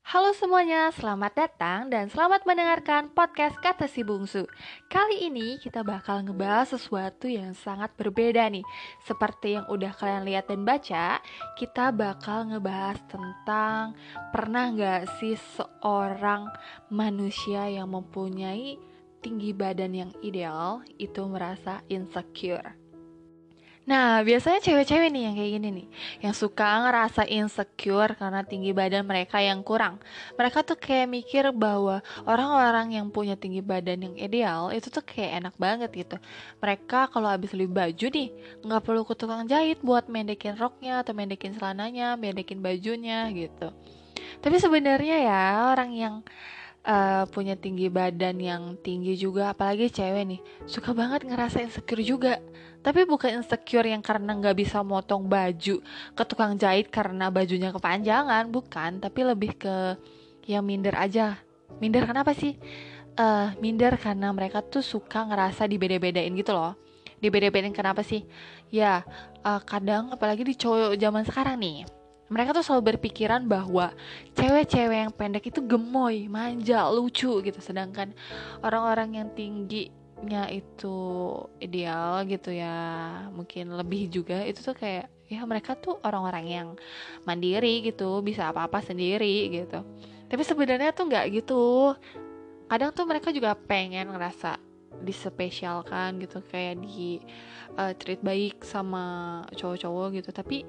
Halo semuanya, selamat datang dan selamat mendengarkan podcast Kata Si Bungsu. Kali ini kita bakal ngebahas sesuatu yang sangat berbeda nih. Seperti yang udah kalian lihat dan baca, kita bakal ngebahas tentang pernah gak sih seorang manusia yang mempunyai tinggi badan yang ideal itu merasa insecure. Nah, biasanya cewek-cewek nih yang kayak gini nih, yang suka ngerasa insecure karena tinggi badan mereka yang kurang. Mereka tuh kayak mikir bahwa orang-orang yang punya tinggi badan yang ideal itu tuh kayak enak banget gitu. Mereka kalau habis beli baju nih, nggak perlu ke tukang jahit buat mendekin roknya atau mendekin celananya, mendekin bajunya gitu. Tapi sebenarnya ya orang yang punya tinggi badan yang tinggi juga, apalagi cewek nih, suka banget ngerasa insecure juga. Tapi bukan insecure yang karena nggak bisa motong baju ke tukang jahit karena bajunya kepanjangan, bukan. Tapi lebih ke yang minder aja. Minder kenapa sih? Minder karena mereka tuh suka ngerasa dibeda-bedain gitu loh. Dibeda-bedain kenapa sih? Ya, kadang apalagi di cowok zaman sekarang nih, mereka tuh selalu berpikiran bahwa cewek-cewek yang pendek itu gemoy, manja, lucu gitu. Sedangkan orang-orang yang tingginya itu ideal gitu ya, mungkin lebih juga, itu tuh kayak ya mereka tuh orang-orang yang mandiri gitu, bisa apa-apa sendiri gitu. Tapi sebenarnya tuh nggak gitu. Kadang tuh mereka juga pengen ngerasa dispesialkan gitu, kayak di treat baik sama cowok-cowok gitu. Tapi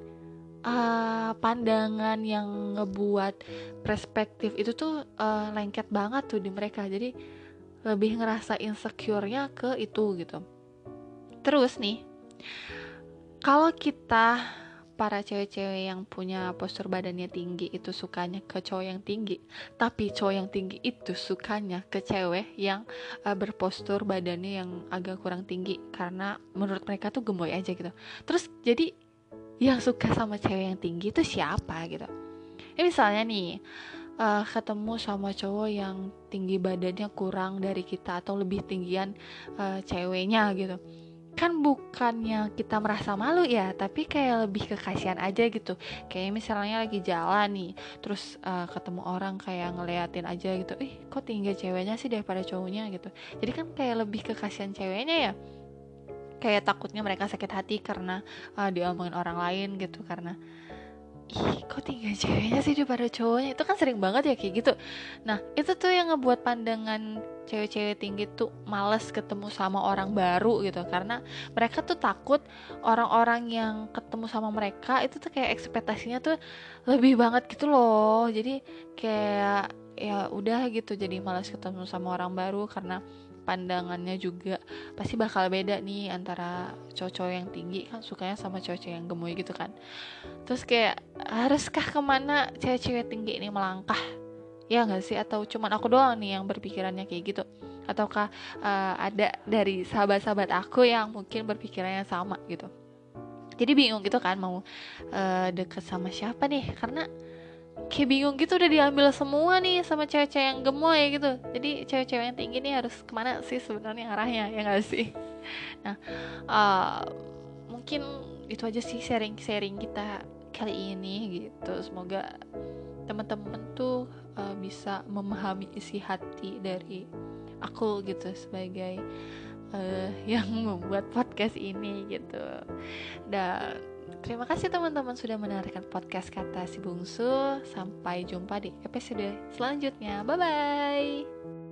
pandangan yang ngebuat perspektif itu tuh lengket banget tuh di mereka. Jadi lebih ngerasa insecure-nya ke itu gitu. Terus nih, kalau kita para cewek-cewek yang punya postur badannya tinggi itu sukanya ke cowok yang tinggi, tapi cowok yang tinggi itu sukanya ke cewek yang berpostur badannya yang agak kurang tinggi karena menurut mereka tuh gemoy aja gitu. Terus jadi yang suka sama cewek yang tinggi itu siapa gitu? Ini misalnya nih, ketemu sama cowok yang tinggi badannya kurang dari kita atau lebih tinggian ceweknya gitu. Kan bukannya kita merasa malu ya, tapi kayak lebih ke kasihan aja gitu. Kayak misalnya lagi jalan nih, terus ketemu orang kayak ngeliatin aja gitu, ih kok tinggi ceweknya sih daripada cowoknya gitu. Jadi kan kayak lebih ke kasihan ceweknya ya, kayak takutnya mereka sakit hati karena diomongin orang lain gitu, karena ih kok tinggal ceweknya sih daripada cowoknya. Itu kan sering banget ya kayak gitu. Nah itu tuh yang ngebuat pandangan cewek-cewek tinggi tuh males ketemu sama orang baru gitu, karena mereka tuh takut orang-orang yang ketemu sama mereka itu tuh kayak ekspektasinya tuh lebih banget gitu loh. Jadi kayak ya udah gitu, jadi malas ketemu sama orang baru karena pandangannya juga pasti bakal beda nih antara cowok-cowok yang tinggi kan sukanya sama cowok-cowok yang gemoy gitu kan. Terus kayak haruskah kemana cewek-cewek tinggi ini melangkah? Ya nggak sih? Atau cuman aku doang nih yang berpikirannya kayak gitu? Ataukah ada dari sahabat-sahabat aku yang mungkin berpikirannya sama gitu? Jadi bingung gitu kan mau deket sama siapa nih? Karena kayak bingung gitu, udah diambil semua nih sama cewek-cewek yang gemoy gitu. Jadi cewek-cewek yang tinggi nih harus kemana sih sebenarnya arahnya, ya nggak sih? Nah, uh, mungkin itu aja sih sharing-sharing kita kali ini gitu. Semoga teman-teman tuh bisa memahami isi hati dari aku gitu sebagai yang membuat podcast ini gitu. Dan terima kasih teman-teman sudah mendengarkan podcast Kata Si Bungsu. Sampai jumpa di episode selanjutnya. Bye bye.